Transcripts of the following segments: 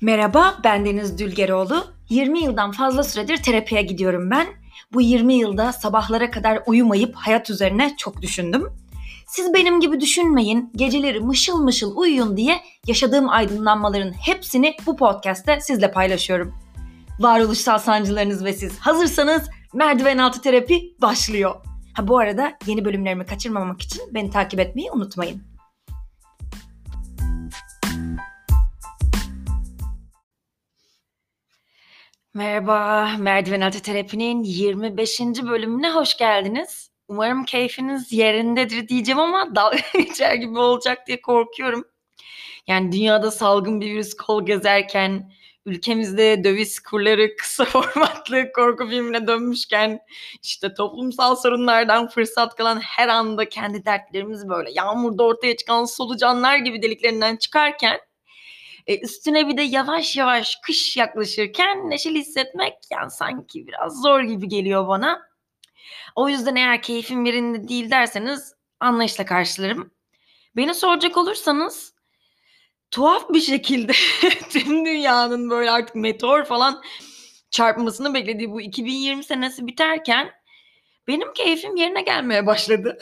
Merhaba, ben Deniz Dülgeroğlu. 20 yıldan fazla süredir terapiye gidiyorum ben. Bu 20 yılda sabahlara kadar uyumayıp hayat üzerine çok düşündüm. Siz benim gibi düşünmeyin, geceleri mışıl mışıl uyuyun diye yaşadığım aydınlanmaların hepsini bu podcast'te sizle paylaşıyorum. Varoluşsal sancılarınız ve siz hazırsanız merdiven altı terapi başlıyor. Bu arada yeni bölümlerimi kaçırmamak için beni takip etmeyi unutmayın. Merhaba, Merdiven Altı Terapi'nin 25. bölümüne hoş geldiniz. Umarım keyfiniz yerindedir diyeceğim ama dalga geçer gibi olacak diye korkuyorum. Yani dünyada salgın bir virüs kol gezerken, ülkemizde döviz kurları kısa formatlı korku filmine dönmüşken, işte toplumsal sorunlardan fırsat kalan her anda kendi dertlerimiz böyle yağmurda ortaya çıkan solucanlar gibi deliklerinden çıkarken, üstüne bir de yavaş yavaş kış yaklaşırken neşeli hissetmek yani sanki biraz zor gibi geliyor bana. O yüzden eğer keyfim yerinde değil derseniz anlayışla karşılarım. Beni soracak olursanız tuhaf bir şekilde tüm dünyanın böyle artık meteor falan çarpmasını beklediği bu 2020 senesi biterken benim keyfim yerine gelmeye başladı.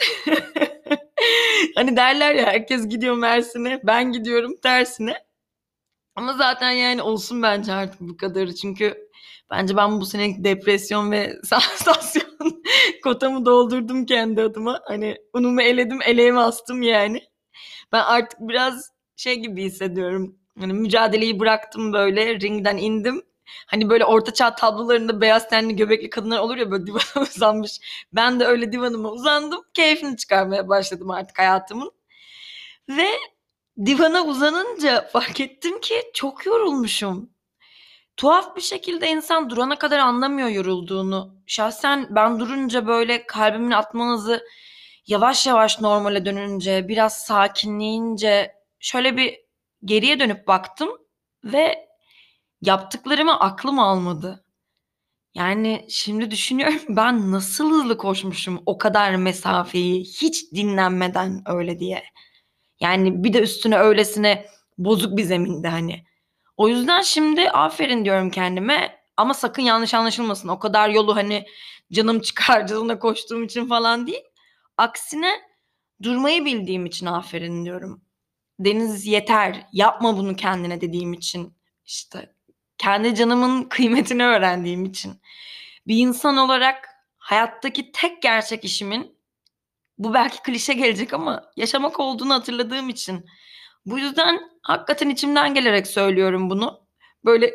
Hani derler ya herkes gidiyor Mersin'e, ben gidiyorum tersine. Ama zaten yani olsun bence artık bu kadarı. Çünkü bence ben bu sene depresyon ve sansasyon kotamı doldurdum kendi adıma. Hani unumu eledim, eleğimi astım yani. Ben artık biraz şey gibi hissediyorum. Hani mücadeleyi bıraktım böyle, ringden indim. Hani böyle ortaçağ tablolarında beyaz tenli göbekli kadınlar olur ya böyle divana uzanmış. Ben de öyle divanıma uzandım. Keyfini çıkarmaya başladım artık hayatımın. Ve divana uzanınca fark ettim ki çok yorulmuşum. Tuhaf bir şekilde insan durana kadar anlamıyor yorulduğunu. Şahsen ben durunca böyle kalbimin atma hızı yavaş yavaş normale dönünce, biraz sakinleyince şöyle bir geriye dönüp baktım ve yaptıklarımı aklım almadı. Yani şimdi düşünüyorum ben nasıl hızlı koşmuşum o kadar mesafeyi hiç dinlenmeden öyle diye. Yani bir de üstüne öylesine bozuk bir zeminde hani. O yüzden şimdi aferin diyorum kendime ama sakın yanlış anlaşılmasın. O kadar yolu hani canım çıkar canına koştuğum için falan değil. Aksine durmayı bildiğim için aferin diyorum. Deniz yeter, yapma bunu kendine dediğim için. İşte kendi canımın kıymetini öğrendiğim için. Bir insan olarak hayattaki tek gerçek işimin bu belki klişe gelecek ama yaşamak olduğunu hatırladığım için. Bu yüzden hakikaten içimden gelerek söylüyorum bunu. Böyle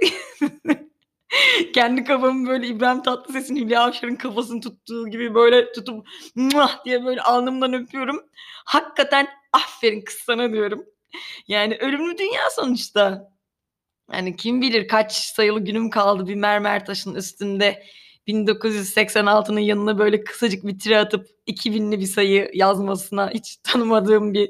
kendi kafamı böyle İbrahim Tatlıses'in Hülya Avşar'ın kafasını tuttuğu gibi böyle tutup muah diye böyle alnımdan öpüyorum. Hakikaten aferin kız sana diyorum. Yani ölümlü dünya sonuçta. Yani kim bilir kaç sayılı günüm kaldı bir mermer taşın üstünde 1986'nın yanına böyle kısacık bir tire atıp 2000'li bir sayı yazmasına hiç tanımadığım bir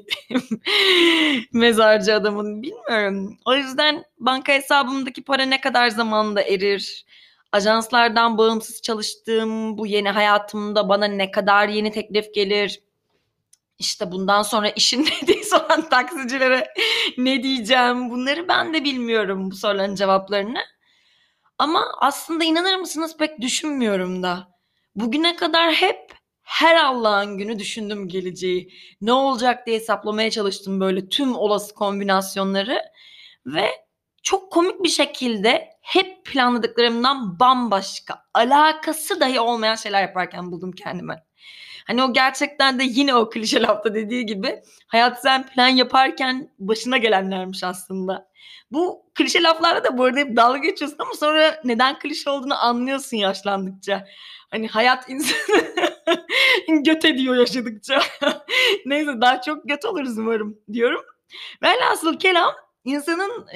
mezarcı adamın bilmiyorum. O yüzden banka hesabımdaki para ne kadar zamanda erir? Ajanslardan bağımsız çalıştığım bu yeni hayatımda bana ne kadar yeni teklif gelir? İşte bundan sonra işin neredeyse olan taksicilere ne diyeceğim? Bunları ben de bilmiyorum bu soruların cevaplarını. Ama aslında inanır mısınız pek düşünmüyorum da. Bugüne kadar hep her Allah'ın günü düşündüm geleceği. Ne olacak diye hesaplamaya çalıştım böyle tüm olası kombinasyonları. Ve çok komik bir şekilde hep planladıklarımdan bambaşka, alakası dahi olmayan şeyler yaparken buldum kendime. Hani o gerçekten de yine o klişe lafta dediği gibi hayat sen plan yaparken başına gelenlermiş aslında. Bu klişe laflarla da bu arada hep dalga geçiyorsun ama sonra neden klişe olduğunu anlıyorsun yaşlandıkça. Hani hayat insanı göt ediyor yaşadıkça. Neyse daha çok göt oluruz umarım diyorum. Velhasıl kelam insanın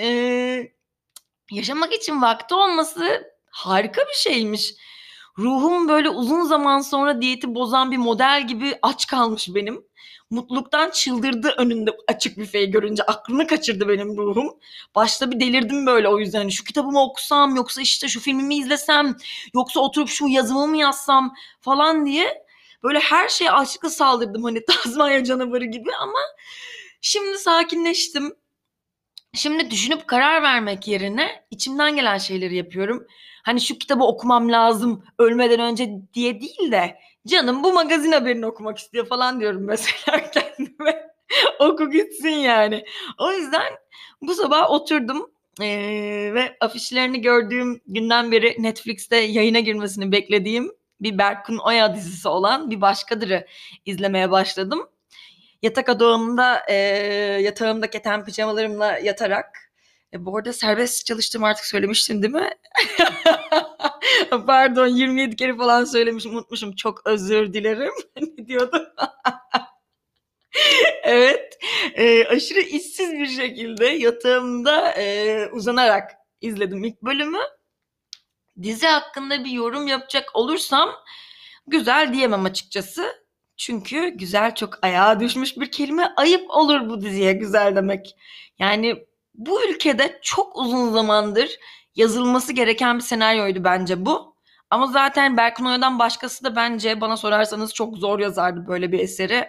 yaşamak için vakti olması harika bir şeymiş. Ruhum böyle uzun zaman sonra diyeti bozan bir model gibi aç kalmış benim. Mutluluktan çıldırdı önünde açık büfeyi görünce. Aklını kaçırdı benim ruhum. Başta bir delirdim böyle o yüzden. Hani şu kitabımı okusam yoksa işte şu filmimi izlesem yoksa oturup şu yazımı mı yazsam falan diye. Böyle her şeye açlıkla saldırdım hani Tazmanya canavarı gibi ama şimdi sakinleştim. Şimdi düşünüp karar vermek yerine içimden gelen şeyleri yapıyorum. Hani şu kitabı okumam lazım ölmeden önce diye değil de canım bu magazin haberini okumak istiyor falan diyorum mesela kendime. Oku gitsin yani. O yüzden bu sabah oturdum ve afişlerini gördüğüm günden beri Netflix'te yayına girmesini beklediğim bir Berkun Oya dizisi olan Bir Başkadır'ı izlemeye başladım. Yatak odamda yatağımda keten pijamalarımla yatarak bu arada serbest çalıştığımı artık söylemiştim değil mi? Pardon 27 kere falan söylemişim unutmuşum çok özür dilerim. Ne diyordum? Evet aşırı işsiz bir şekilde yatağımda uzanarak izledim ilk bölümü. Dizi hakkında bir yorum yapacak olursam güzel diyemem açıkçası. Çünkü güzel çok ayağa düşmüş bir kelime. Ayıp olur bu diziye güzel demek. Yani bu ülkede çok uzun zamandır yazılması gereken bir senaryoydu bence bu. Ama zaten Berkun Oya'dan başkası da bence bana sorarsanız çok zor yazardı böyle bir eseri.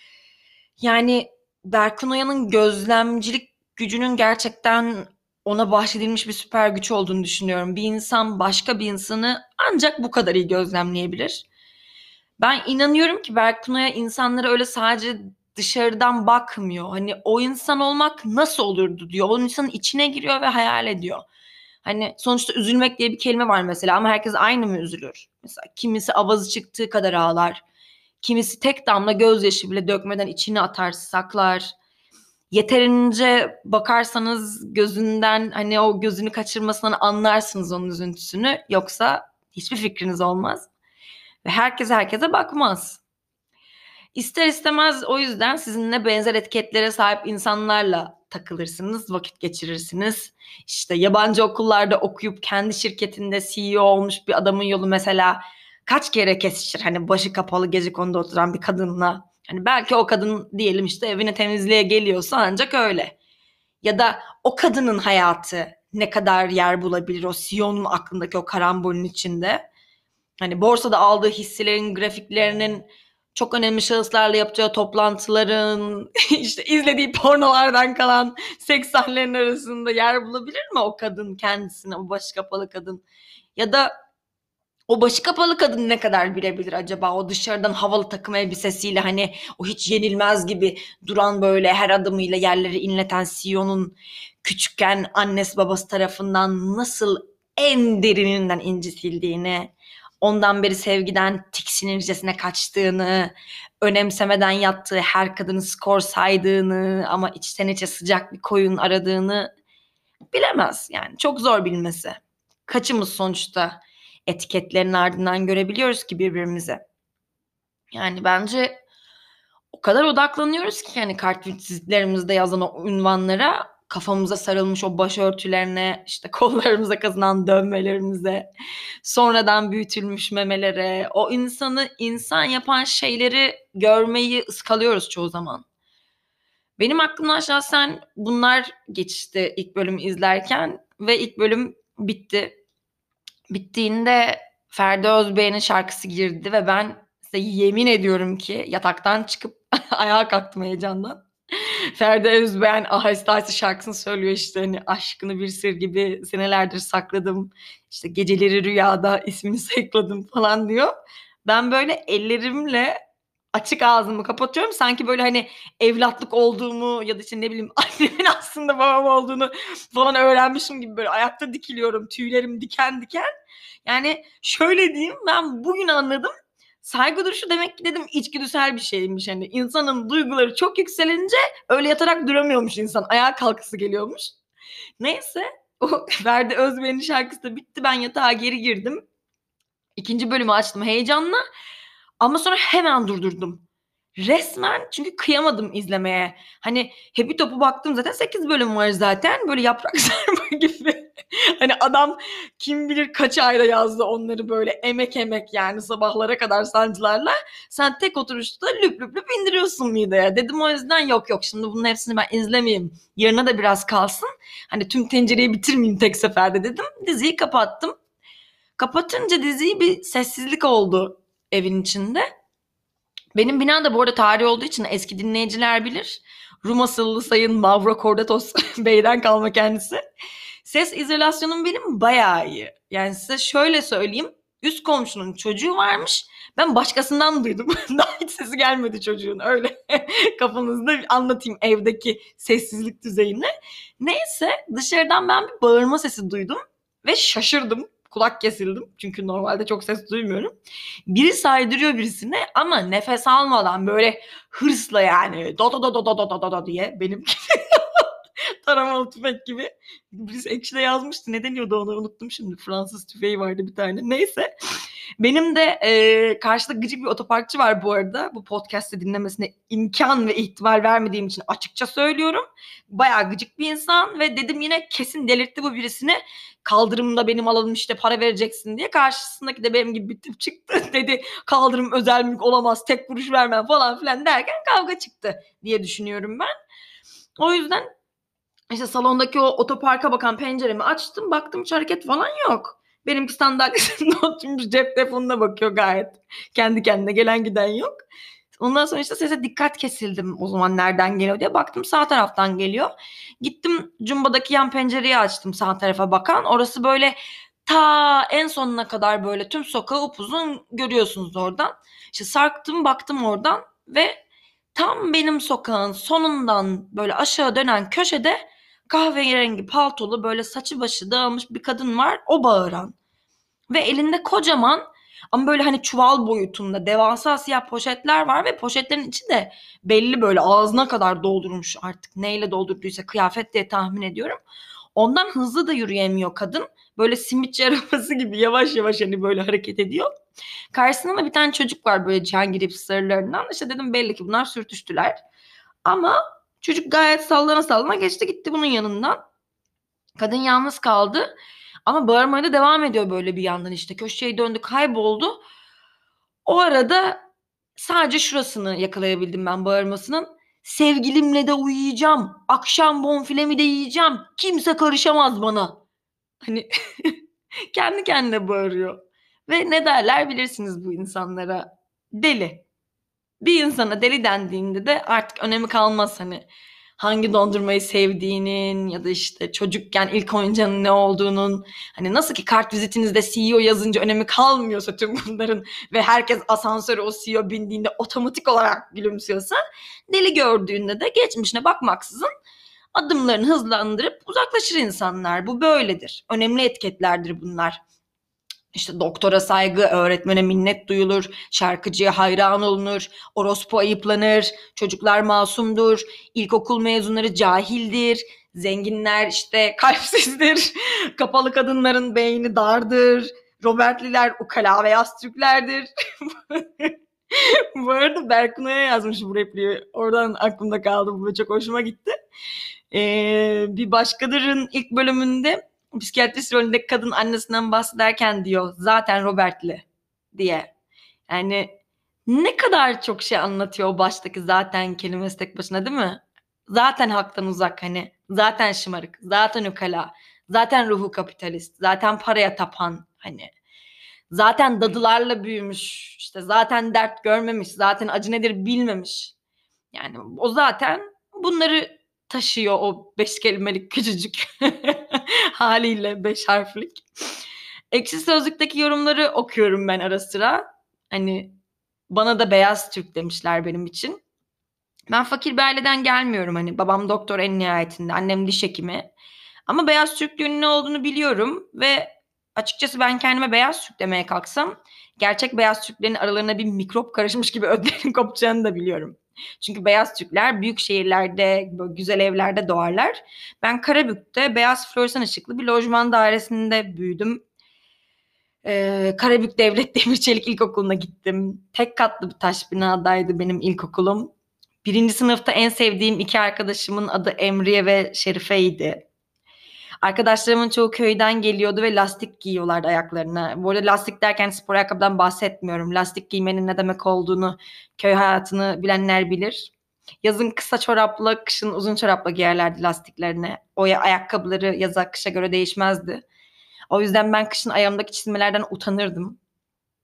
Yani Berkun Oya'nın gözlemcilik gücünün gerçekten ona bahşedilmiş bir süper güç olduğunu düşünüyorum. Bir insan başka bir insanı ancak bu kadar iyi gözlemleyebilir. Ben inanıyorum ki Berkun Oya insanlara öyle sadece dışarıdan bakmıyor. Hani o insan olmak nasıl olurdu diyor. O insanın içine giriyor ve hayal ediyor. Hani sonuçta üzülmek diye bir kelime var mesela ama herkes aynı mı üzülür? Mesela kimisi avazı çıktığı kadar ağlar. Kimisi tek damla gözyaşı bile dökmeden içine atar, saklar. Yeterince bakarsanız gözünden hani o gözünü kaçırmasından anlarsınız onun üzüntüsünü. Yoksa hiçbir fikriniz olmaz. Ve herkes herkese bakmaz. İster istemez o yüzden sizinle benzer etiketlere sahip insanlarla takılırsınız, vakit geçirirsiniz. İşte yabancı okullarda okuyup kendi şirketinde CEO olmuş bir adamın yolu mesela kaç kere kesişir? Hani başı kapalı gecekondu oturan bir kadınla. Hani belki o kadın diyelim işte evine temizliğe geliyorsa ancak öyle. Ya da o kadının hayatı ne kadar yer bulabilir o CEO'nun aklındaki o karambolün içinde. Hani borsada aldığı hisselerin grafiklerinin çok önemli şahıslarla yapacağı toplantıların işte izlediği pornolardan kalan seks sahnelerinin arasında yer bulabilir mi o kadın kendisine, o başı kapalı kadın? Ya da o başı kapalı kadın ne kadar bilebilir acaba o dışarıdan havalı takım elbisesiyle hani o hiç yenilmez gibi duran böyle her adımıyla yerleri inleten CEO'nun küçükken annesi babası tarafından nasıl en derininden incitildiğini, ondan beri sevgiden tiksinircesine kaçtığını, önemsemeden yattığı her kadını skor saydığını ama içten içe sıcak bir koyun aradığını bilemez yani çok zor bilmesi. Kaçımız sonuçta etiketlerin ardından görebiliyoruz ki birbirimizi. Yani bence o kadar odaklanıyoruz ki yani kartvizitlerimizde yazan o ünvanlara, kafamıza sarılmış o başörtülerine, işte kollarımıza kazınan dövmelerimize, sonradan büyütülmüş memelere, o insanı insan yapan şeyleri görmeyi ıskalıyoruz çoğu zaman. Benim aklımdan şahsen bunlar geçti ilk bölümü izlerken ve ilk bölüm bitti. Bittiğinde Ferdi Özbey'in şarkısı girdi ve ben size yemin ediyorum ki yataktan çıkıp ayağa kalktım heyecandan. Ferdi Özbeğen aheste aheste şarkısını söylüyor işte hani aşkını bir sır gibi senelerdir sakladım. İşte geceleri rüyada ismini sayıkladım falan diyor. Ben böyle ellerimle açık ağzımı kapatıyorum. Sanki böyle hani evlatlık olduğumu ya da işte ne bileyim annemin aslında babam olduğunu falan öğrenmişim gibi böyle ayakta dikiliyorum. Tüylerim diken diken. Yani şöyle diyeyim ben bugün anladım. Saygı duruşu demek ki dedim içgüdüsel bir şeymiş. Hani insanın duyguları çok yükselince öyle yatarak duramıyormuş insan. Ayağa kalkası geliyormuş. Neyse o Ferdi Özbey'in şarkısı da bitti. Ben yatağa geri girdim. İkinci bölümü açtım heyecanla. Ama sonra hemen durdurdum. Resmen çünkü kıyamadım izlemeye. Hani Happy Top'u baktım zaten 8 bölüm var zaten. Böyle yaprak sarma gibi. Hani adam kim bilir kaç ayda yazdı onları böyle emek emek yani sabahlara kadar sancılarla. Sen tek oturuşta lüp lüp lüp indiriyorsun mideye. Dedim o yüzden yok yok şimdi bunun hepsini ben izlemeyeyim. Yarına da biraz kalsın. Hani tüm tencereyi bitirmeyeyim tek seferde dedim. Diziyi kapattım. Kapatınca diziyi bir sessizlik oldu evin içinde. Benim bina da bu arada tarih olduğu için eski dinleyiciler bilir. Rum asıllı Sayın Mavro Kordatos Bey'den kalma kendisi. Ses izolasyonum benim bayağı iyi. Yani size şöyle söyleyeyim. Üst komşunun çocuğu varmış. Ben başkasından duydum. Daha hiç sesi gelmedi çocuğun. Öyle kafanızda anlatayım evdeki sessizlik düzeyini. Neyse dışarıdan ben bir bağırma sesi duydum. Ve şaşırdım. Kulak kesildim. Çünkü normalde çok ses duymuyorum. Biri saydırıyor birisine ama nefes almadan böyle hırsla yani do do do do do do do do diye benim taramalı tüfek gibi. Birisi Ekşi'de yazmıştı. Ne deniyordu ona unuttum şimdi. Fransız tüfeği vardı bir tane. Neyse. Benim de karşıda gıcık bir otoparkçı var bu arada. Bu podcast'ı dinlemesine imkan ve ihtimal vermediğim için açıkça söylüyorum. Bayağı gıcık bir insan ve dedim yine kesin delirtti bu birisini. Kaldırımda benim alalım işte para vereceksin diye. Karşısındaki de benim gibi bir tip çıktı. Dedi kaldırım özel mülk olamaz tek kuruş vermem falan filan derken kavga çıktı diye düşünüyorum ben. O yüzden işte salondaki o otoparka bakan penceremi açtım. Baktım hiç hareket falan yok. Benimki sandalyesinde oturmuş cep telefonuna bakıyor gayet. Kendi kendine gelen giden yok. Ondan sonra işte sese dikkat kesildim o zaman nereden geliyor diye. Baktım sağ taraftan geliyor. Gittim Cumba'daki yan pencereyi açtım sağ tarafa bakan. Orası böyle ta en sonuna kadar böyle tüm sokağı upuzun görüyorsunuz oradan. İşte sarktım baktım oradan ve tam benim sokağın sonundan böyle aşağı dönen köşede kahverengi paltolu böyle saçı başı dağılmış bir kadın var. O bağıran. Ve elinde kocaman ama böyle hani çuval boyutunda devasa siyah poşetler var ve poşetlerin içi de belli böyle ağzına kadar doldurmuş artık neyle doldurduysa kıyafet diye tahmin ediyorum. Ondan hızlı da yürüyemiyor kadın. Böyle simitçi arabası gibi yavaş yavaş hani böyle hareket ediyor. Karşısında da bir tane çocuk var böyle Cihangir hipsterlarından. İşte dedim belli ki bunlar sürtüştüler. Ama çocuk gayet sallana sallana geçti gitti bunun yanından. Kadın yalnız kaldı. Ama bağırmaya da devam ediyor böyle bir yandan işte. Köşeyi döndü kayboldu. O arada sadece şurasını yakalayabildim ben bağırmasının. Sevgilimle de uyuyacağım. Akşam bonfilemi de yiyeceğim. Kimse karışamaz bana. Hani kendi kendine bağırıyor. Ve ne derler bilirsiniz bu insanlara. Deli. Bir insana deli dendiğinde de artık önemi kalmaz hani hangi dondurmayı sevdiğinin ya da işte çocukken ilk oyuncağının ne olduğunun hani nasıl ki kart vizitinizde CEO yazınca önemi kalmıyorsa tüm bunların ve herkes asansöre o CEO bindiğinde otomatik olarak gülümsüyorsa deli gördüğünde de geçmişine bakmaksızın adımlarını hızlandırıp uzaklaşır insanlar. Bu böyledir. Önemli etiketlerdir bunlar. İşte doktora saygı, öğretmene minnet duyulur, şarkıcıya hayran olunur, orospu ayıplanır, çocuklar masumdur, ilkokul mezunları cahildir, zenginler işte kalpsizdir, kapalı kadınların beyni dardır, Robertliler ukala ve yas Türklerdir. Bu arada Berkunay'a yazmış bu repliği. Oradan aklımda kaldı. Bu çok hoşuma gitti. Bir başkalarının ilk bölümünde psikiyatrist rolündeki kadın annesinden bahsederken diyor zaten Robert'li diye. Yani ne kadar çok şey anlatıyor o baştaki zaten kelimesi tek başına değil mi? Zaten haktan uzak hani. Zaten şımarık. Zaten ukala. Zaten ruhu kapitalist. Zaten paraya tapan hani. Zaten dadılarla büyümüş. İşte zaten dert görmemiş. Zaten acı nedir bilmemiş. Yani o zaten bunları taşıyor o 5 kelimelik küçücük haliyle 5 harflik. Ekşi Sözlük'teki yorumları okuyorum ben ara sıra. Hani bana da beyaz Türk demişler benim için. Ben fakir bir aileden gelmiyorum hani babam doktor en nihayetinde annem diş hekimi. Ama beyaz Türklüğün ne olduğunu biliyorum ve açıkçası ben kendime beyaz Türk demeye kalksam gerçek beyaz Türklerin aralarına bir mikrop karışmış gibi ödlerin kopacağını da biliyorum. Çünkü beyaz Türkler büyük şehirlerde, böyle güzel evlerde doğarlar. Ben Karabük'te beyaz floresan ışıklı bir lojman dairesinde büyüdüm. Karabük Devlet Demirçelik İlkokulu'na gittim. Tek katlı bir taş binadaydı benim ilkokulum. Birinci sınıfta en sevdiğim iki arkadaşımın adı Emriye ve Şerife'ydi. Arkadaşlarımın çoğu köyden geliyordu ve lastik giyiyorlardı ayaklarına. Bu arada lastik derken spor ayakkabıdan bahsetmiyorum. Lastik giymenin ne demek olduğunu, köy hayatını bilenler bilir. Yazın kısa çorapla, kışın uzun çorapla giyerlerdi lastiklerini. O ayakkabıları yaza kışa göre değişmezdi. O yüzden ben kışın ayağımdaki çizmelerden utanırdım.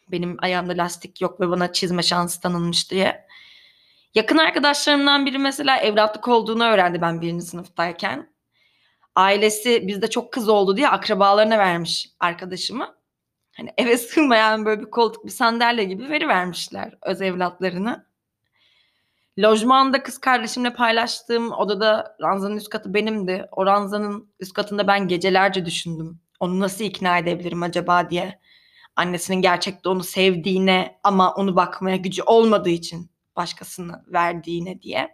Benim ayağımda lastik yok ve bana çizme şansı tanınmış diye. Yakın arkadaşlarımdan biri mesela evlatlık olduğunu öğrendi ben birinci sınıftayken. Ailesi bizde çok kız oldu diye akrabalarına vermiş arkadaşımı. Hani eve sığmayan böyle bir koltuk, bir sandalye gibi verivermişler öz evlatlarını. Lojmanda kız kardeşimle paylaştığım odada ranzanın üst katı benimdi. O ranzanın üst katında ben gecelerce düşündüm. Onu nasıl ikna edebilirim acaba diye. Annesinin gerçekte onu sevdiğine ama onu bakmaya gücü olmadığı için başkasına verdiğine diye.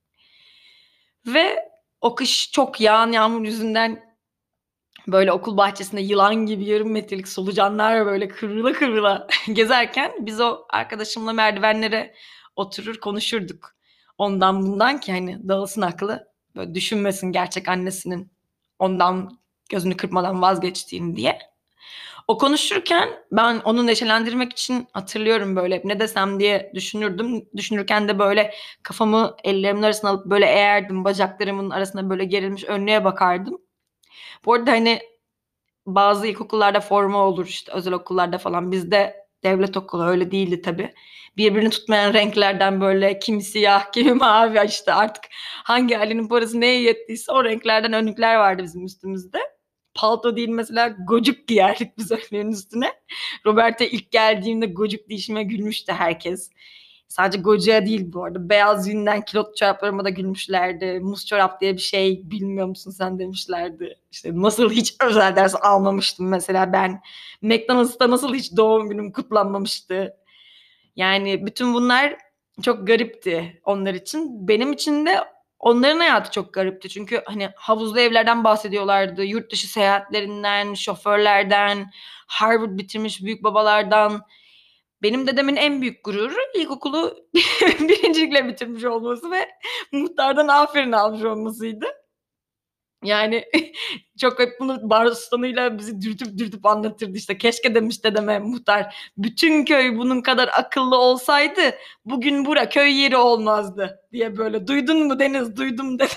Ve o kış çok yağan yağmur yüzünden böyle okul bahçesinde yılan gibi yarım metrelik solucanlar böyle kıvrıla kıvrıla gezerken biz o arkadaşımla merdivenlere oturur konuşurduk. Ondan bundan ki hani dağılsın aklı, böyle düşünmesin gerçek annesinin ondan gözünü kırpmadan vazgeçtiğini diye. O konuşurken ben onu neşelendirmek için hatırlıyorum böyle ne desem diye düşünürdüm. Düşünürken de böyle kafamı ellerimin arasına alıp böyle eğerdim. Bacaklarımın arasına böyle gerilmiş önlüğe bakardım. Bu arada hani bazı ilkokullarda forma olur işte özel okullarda falan. Bizde devlet okulu öyle değildi tabii. Birbirini tutmayan renklerden böyle kimi siyah, kimi mavi işte artık hangi ailenin parası neye yettiyse o renklerden önlükler vardı bizim üstümüzde. Palto değil mesela gocuk giyerdik biz önlüğün üstüne. Robert'e ilk geldiğimde gocuk deyişime gülmüştü herkes. Sadece gocuğa değil bu arada. Beyaz yünden kilotlu çoraplarıma da gülmüşlerdi. Muz çorap diye bir şey bilmiyor musun sen demişlerdi. İşte nasıl hiç özel ders almamıştım mesela ben. McDonald's'ta nasıl hiç doğum günüm kutlanmamıştı. Yani bütün bunlar çok garipti onlar için. Benim için de onların hayatı çok garipti. Çünkü hani havuzlu evlerden bahsediyorlardı. Yurt dışı seyahatlerinden, şoförlerden, Harvard bitirmiş büyük babalardan. Benim dedemin en büyük gururu ilkokulu birincilikle bitirmiş olması ve muhtardan aferin almış olmasıydı. Yani çok hep bunu Barstone'uyla bizi dürtüp anlatırdı işte. Keşke demiş dedeme muhtar. Bütün köy bunun kadar akıllı olsaydı bugün bura köy yeri olmazdı diye böyle. Duydun mu Deniz? Duydum dedi.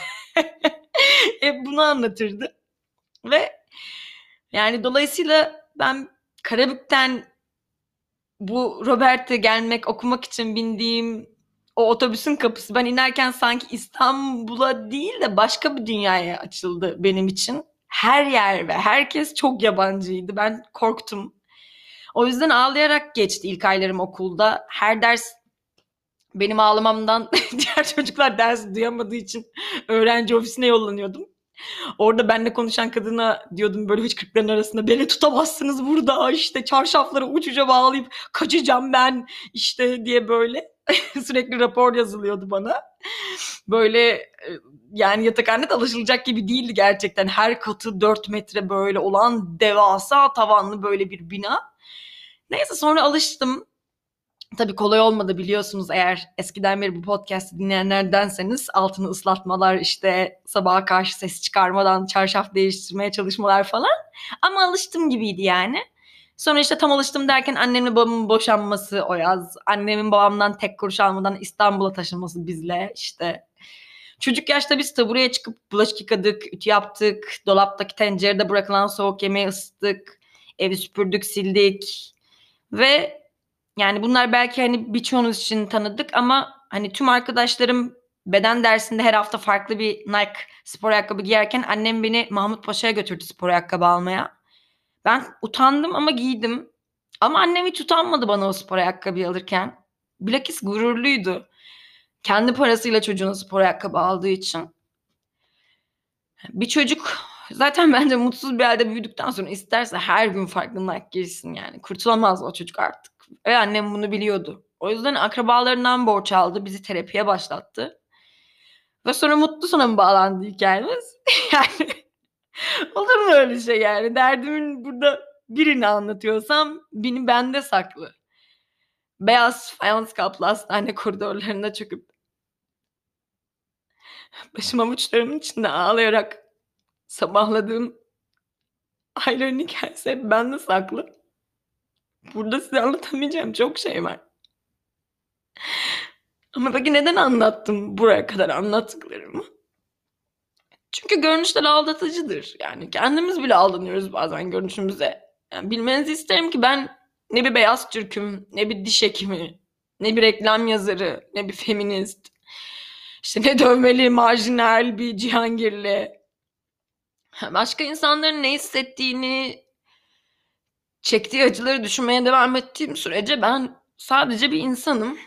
Hep bunu anlatırdı. Ve yani dolayısıyla ben Karabük'ten bu Robert'e gelmek, okumak için bindiğim o otobüsün kapısı ben inerken sanki İstanbul'a değil de başka bir dünyaya açıldı benim için. Her yer ve herkes çok yabancıydı. Ben korktum. O yüzden ağlayarak geçti ilk aylarım okulda. Her ders benim ağlamamdan diğer çocuklar ders duyamadığı için öğrenci ofisine yollanıyordum. Orada benimle konuşan kadına diyordum böyle hıçkırıkların arasında beni tutamazsınız burada işte çarşafları uçuca bağlayıp kaçacağım ben işte diye böyle sürekli rapor yazılıyordu bana. Böyle yani yatakhanede alışılacak gibi değildi gerçekten. Her katı 4 metre böyle olan devasa tavanlı böyle bir bina. Neyse sonra alıştım. Tabii kolay olmadı biliyorsunuz eğer eskiden beri bu podcast'i dinleyenlerdenseniz altını ıslatmalar işte sabaha karşı ses çıkarmadan çarşaf değiştirmeye çalışmalar falan. Ama alıştım gibiydi yani. Sonra işte tam alıştım derken annemle babamın boşanması o yaz. Annemin babamdan tek kuruş almadan İstanbul'a taşınması bizle işte. Çocuk yaşta biz tabureye çıkıp bulaşık yıkadık, ütü yaptık, dolaptaki tencerede bırakılan soğuk yemeği ısıttık, evi süpürdük, sildik. Ve yani bunlar belki hani birçoğunuz için tanıdık ama hani tüm arkadaşlarım beden dersinde her hafta farklı bir Nike spor ayakkabı giyerken annem beni Mahmut Paşa'ya götürdü spor ayakkabı almaya. Ben utandım ama giydim. Ama annem hiç utanmadı bana o spor ayakkabıyı alırken. Bilakis gururluydu. Kendi parasıyla çocuğuna spor ayakkabı aldığı için. Bir çocuk zaten bence mutsuz bir halde büyüdükten sonra isterse her gün farklı Nike giysin yani. Kurtulamaz o çocuk artık. Ve annem bunu biliyordu. O yüzden akrabalarından borç aldı. Bizi terapiye başlattı. Ve sonra mutlu sona mı bağlandı hikayemiz? Yani olur mu öyle şey yani? Derdimin burada birini anlatıyorsam beni bende saklı. Beyaz fayans kaplı hastane koridorlarında çöküp başım avuçlarımın içinde ağlayarak sabahladığım ayların hikâyesi hep bende saklı. Burada size anlatamayacağım çok şey var. Ama peki neden anlattım buraya kadar anlattıklarımı? Çünkü görünüşler aldatıcıdır. Yani kendimiz bile aldanıyoruz bazen görünüşümüze. Yani bilmenizi isterim ki ben Ne bir beyaz Türk'üm, ne bir diş hekimi, ne bir reklam yazarı, ne bir feminist. İşte ne dövmeli, marjinal bir Cihangirli. Başka insanların ne hissettiğini, çektiği acıları düşünmeye devam ettiğim sürece ben sadece bir insanım.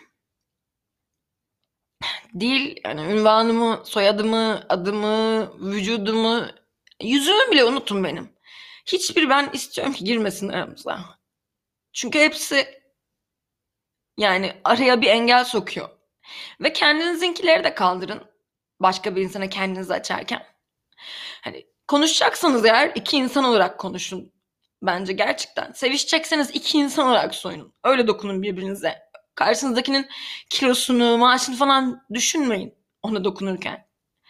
Değil, yani ünvanımı, soyadımı, adımı, vücudumu, yüzümü bile unutun benim. Hiçbir ben istiyorum ki girmesin aramıza. Çünkü hepsi yani araya bir engel sokuyor. Ve kendinizinkileri de kaldırın. Başka bir insana kendinizi açarken. Hani konuşacaksanız eğer iki insan olarak konuşun. Bence gerçekten. Sevişecekseniz iki insan olarak soyunun. Öyle dokunun birbirinize. Karşınızdakinin kilosunu, maaşını falan düşünmeyin ona dokunurken.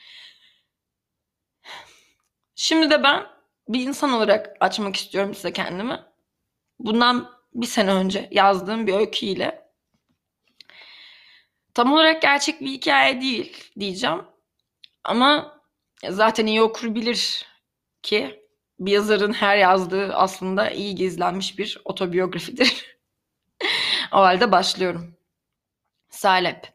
Şimdi de ben bir insan olarak açmak istiyorum size kendimi. Bundan bir sene önce yazdığım bir öyküyle. Tam olarak gerçek bir hikaye değil diyeceğim. Ama zaten iyi okur bilir ki bir yazarın her yazdığı aslında iyi gizlenmiş bir otobiyografidir. O halde başlıyorum. Salep.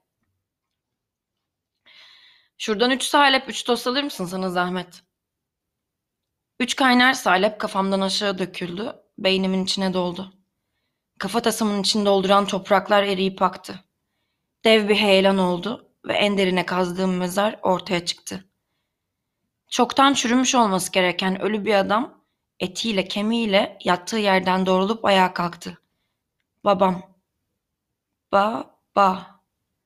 Şuradan 3 salep, 3 tost alır mısın sana zahmet? 3 kaynar salep kafamdan aşağı döküldü, beynimin içine doldu. Kafatasımın içini dolduran topraklar eriyip aktı. Dev bir heyelan oldu ve en derine kazdığım mezar ortaya çıktı. Çoktan çürümüş olması gereken ölü bir adam etiyle kemiğiyle yattığı yerden doğrulup ayağa kalktı. Babam. Baba.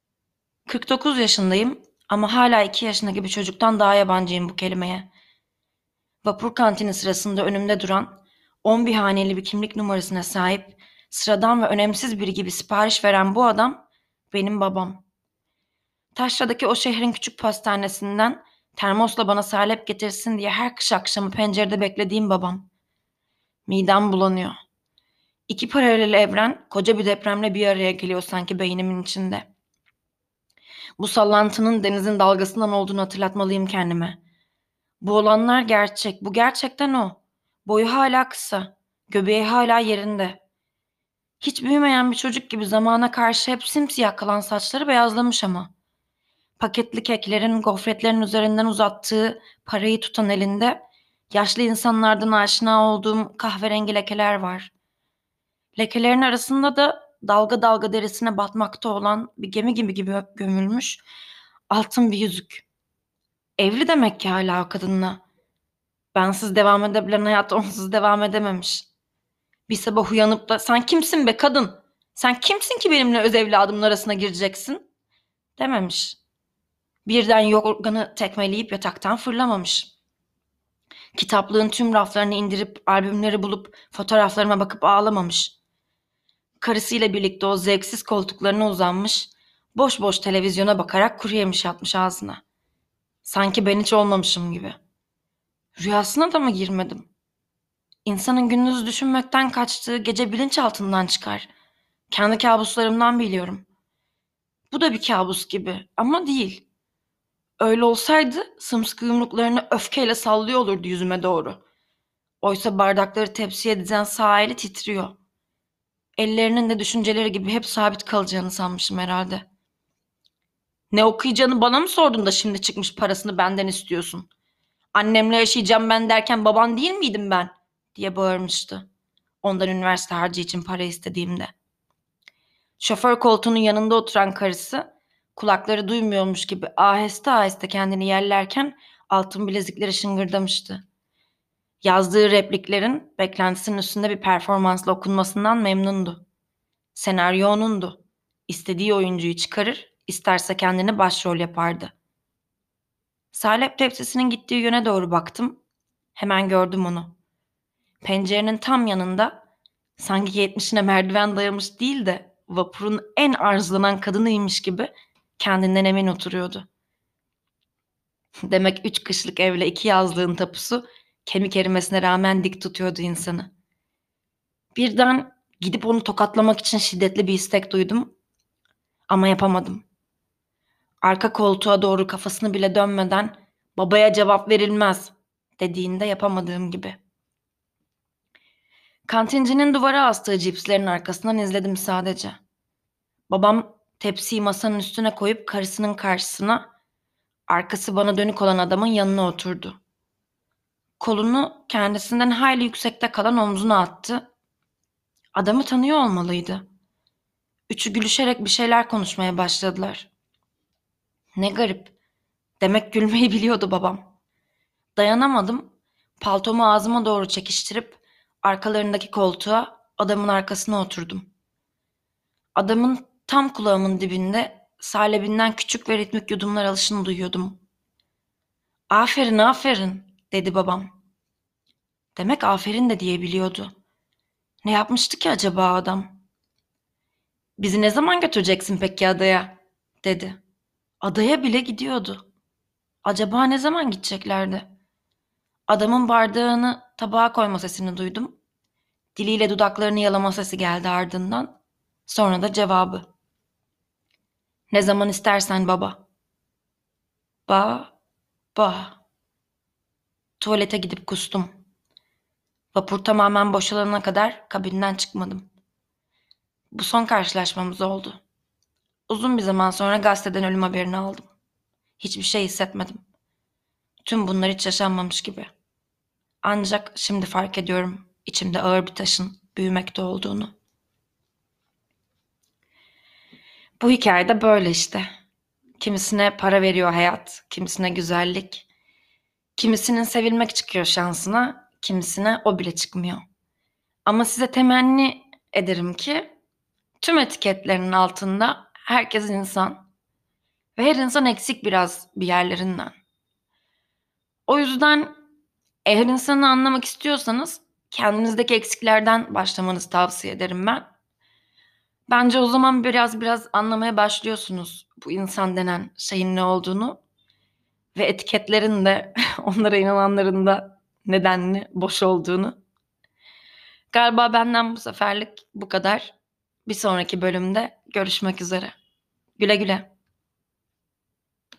49 yaşındayım ama hala 2 yaşındaki bir çocuktan daha yabancıyım bu kelimeye. Vapur kantini sırasında önümde duran 11 haneli bir kimlik numarasına sahip sıradan ve önemsiz biri gibi sipariş veren bu adam benim babam. Taşra'daki o şehrin küçük pastanesinden termosla bana salep getirsin diye her kış akşamı pencerede beklediğim babam. Midem bulanıyor. İki paralel evren koca bir depremle bir araya geliyor sanki beynimin içinde. Bu sallantının denizin dalgasından olduğunu hatırlatmalıyım kendime. Bu olanlar gerçek. Bu gerçekten o. Boyu hala kısa. Göbeği hala yerinde. Hiç büyümeyen bir çocuk gibi zamana karşı hep simsiyah kalan saçları beyazlamış ama. Paketli keklerin, gofretlerin üzerinden uzattığı parayı tutan elinde yaşlı insanlardan aşina olduğum kahverengi lekeler var. Lekelerin arasında da dalga dalga derisine batmakta olan bir gemi gibi gömülmüş altın bir yüzük. Evli demek ki hala o kadınla. Bensiz devam edebilen hayat onsuz devam edememiş. Bir sabah uyanıp da sen kimsin be kadın? Sen kimsin ki benimle öz evladımın arasına gireceksin? Dememiş. Birden yorganı tekmeleyip yataktan fırlamamış. Kitaplığın tüm raflarını indirip albümleri bulup fotoğraflarıma bakıp ağlamamış. Karısıyla birlikte o zevksiz koltuklarına uzanmış, boş boş televizyona bakarak kuru yemiş yatmış ağzına. Sanki ben hiç olmamışım gibi. Rüyasına da mı girmedim? İnsanın gündüz düşünmekten kaçtığı gece bilinçaltından çıkar. Kendi kabuslarımdan biliyorum. Bu da bir kabus gibi ama değil. Öyle olsaydı sımsıkı yumruklarını öfkeyle sallıyor olurdu yüzüme doğru. Oysa bardakları tepsiye dizen sağ eli titriyor. Ellerinin de düşünceleri gibi hep sabit kalacağını sanmışım herhalde. Ne okuyacağını bana mı sordun da şimdi çıkmış parasını benden istiyorsun? Annemle yaşayacağım ben derken baban değil miydim ben? Diye bağırmıştı. Ondan üniversite harcı için para istediğimde. Şoför koltuğunun yanında oturan karısı kulakları duymuyormuş gibi aheste aheste kendini yerlerken altın bilezikleri şıngırdamıştı. Yazdığı repliklerin beklentisinin üstünde bir performansla okunmasından memnundu. Senaryo onundu. İstediği oyuncuyu çıkarır, isterse kendini başrol yapardı. Salep tepsisinin gittiği yöne doğru baktım. Hemen gördüm onu. Pencerenin tam yanında, sanki 70'ine merdiven dayamış değil de vapurun en arzulanan kadınıymış gibi kendinden emin oturuyordu. Demek 3 kışlık evle 2 yazlığın tapusu kemik erimesine rağmen dik tutuyordu insanı. Birden gidip onu tokatlamak için şiddetli bir istek duydum ama yapamadım. Arka koltuğa doğru kafasını bile dönmeden babaya cevap verilmez dediğinde yapamadığım gibi. Kantincinin duvara astığı cipslerin arkasından izledim sadece. Babam tepsiyi masanın üstüne koyup karısının karşısına, arkası bana dönük olan adamın yanına oturdu. Kolunu kendisinden hayli yüksekte kalan omzuna attı. Adamı tanıyor olmalıydı. Üçü gülüşerek bir şeyler konuşmaya başladılar. Ne garip. Demek gülmeyi biliyordu babam. Dayanamadım. Paltomu ağzıma doğru çekiştirip arkalarındaki koltuğa, adamın arkasına oturdum. Adamın tam kulağımın dibinde salebinden küçük ve ritmik yudumlar alışını duyuyordum. "Aferin, aferin," dedi babam. Demek aferin de diyebiliyordu. Ne yapmıştı ki acaba adam? "Bizi ne zaman götüreceksin peki adaya?" dedi. Adaya bile gidiyordu. Acaba ne zaman gideceklerdi? Adamın bardağını tabağa koyma sesini duydum. Diliyle dudaklarını yalama sesi geldi ardından. Sonra da cevabı. "Ne zaman istersen baba." Ba, ba. Tuvalete gidip kustum. Vapur tamamen boşalana kadar kabinden çıkmadım. Bu son karşılaşmamız oldu. Uzun bir zaman sonra gazeteden ölüm haberini aldım. Hiçbir şey hissetmedim. Tüm bunlar hiç yaşanmamış gibi. Ancak şimdi fark ediyorum içimde ağır bir taşın büyümekte olduğunu. Bu hikayede böyle işte. Kimisine para veriyor hayat, kimisine güzellik, kimisinin sevilmek çıkıyor şansına, kimisine o bile çıkmıyor. Ama size temenni ederim ki tüm etiketlerin altında herkes insan ve her insan eksik biraz bir yerlerinden. O yüzden eğer insanı anlamak istiyorsanız kendinizdeki eksiklerden başlamanızı tavsiye ederim ben. Bence o zaman biraz anlamaya başlıyorsunuz bu insan denen şeyin ne olduğunu ve etiketlerin de onlara inananların da nedenli boş olduğunu. Galiba benden bu seferlik bu kadar. Bir sonraki bölümde görüşmek üzere. Güle güle.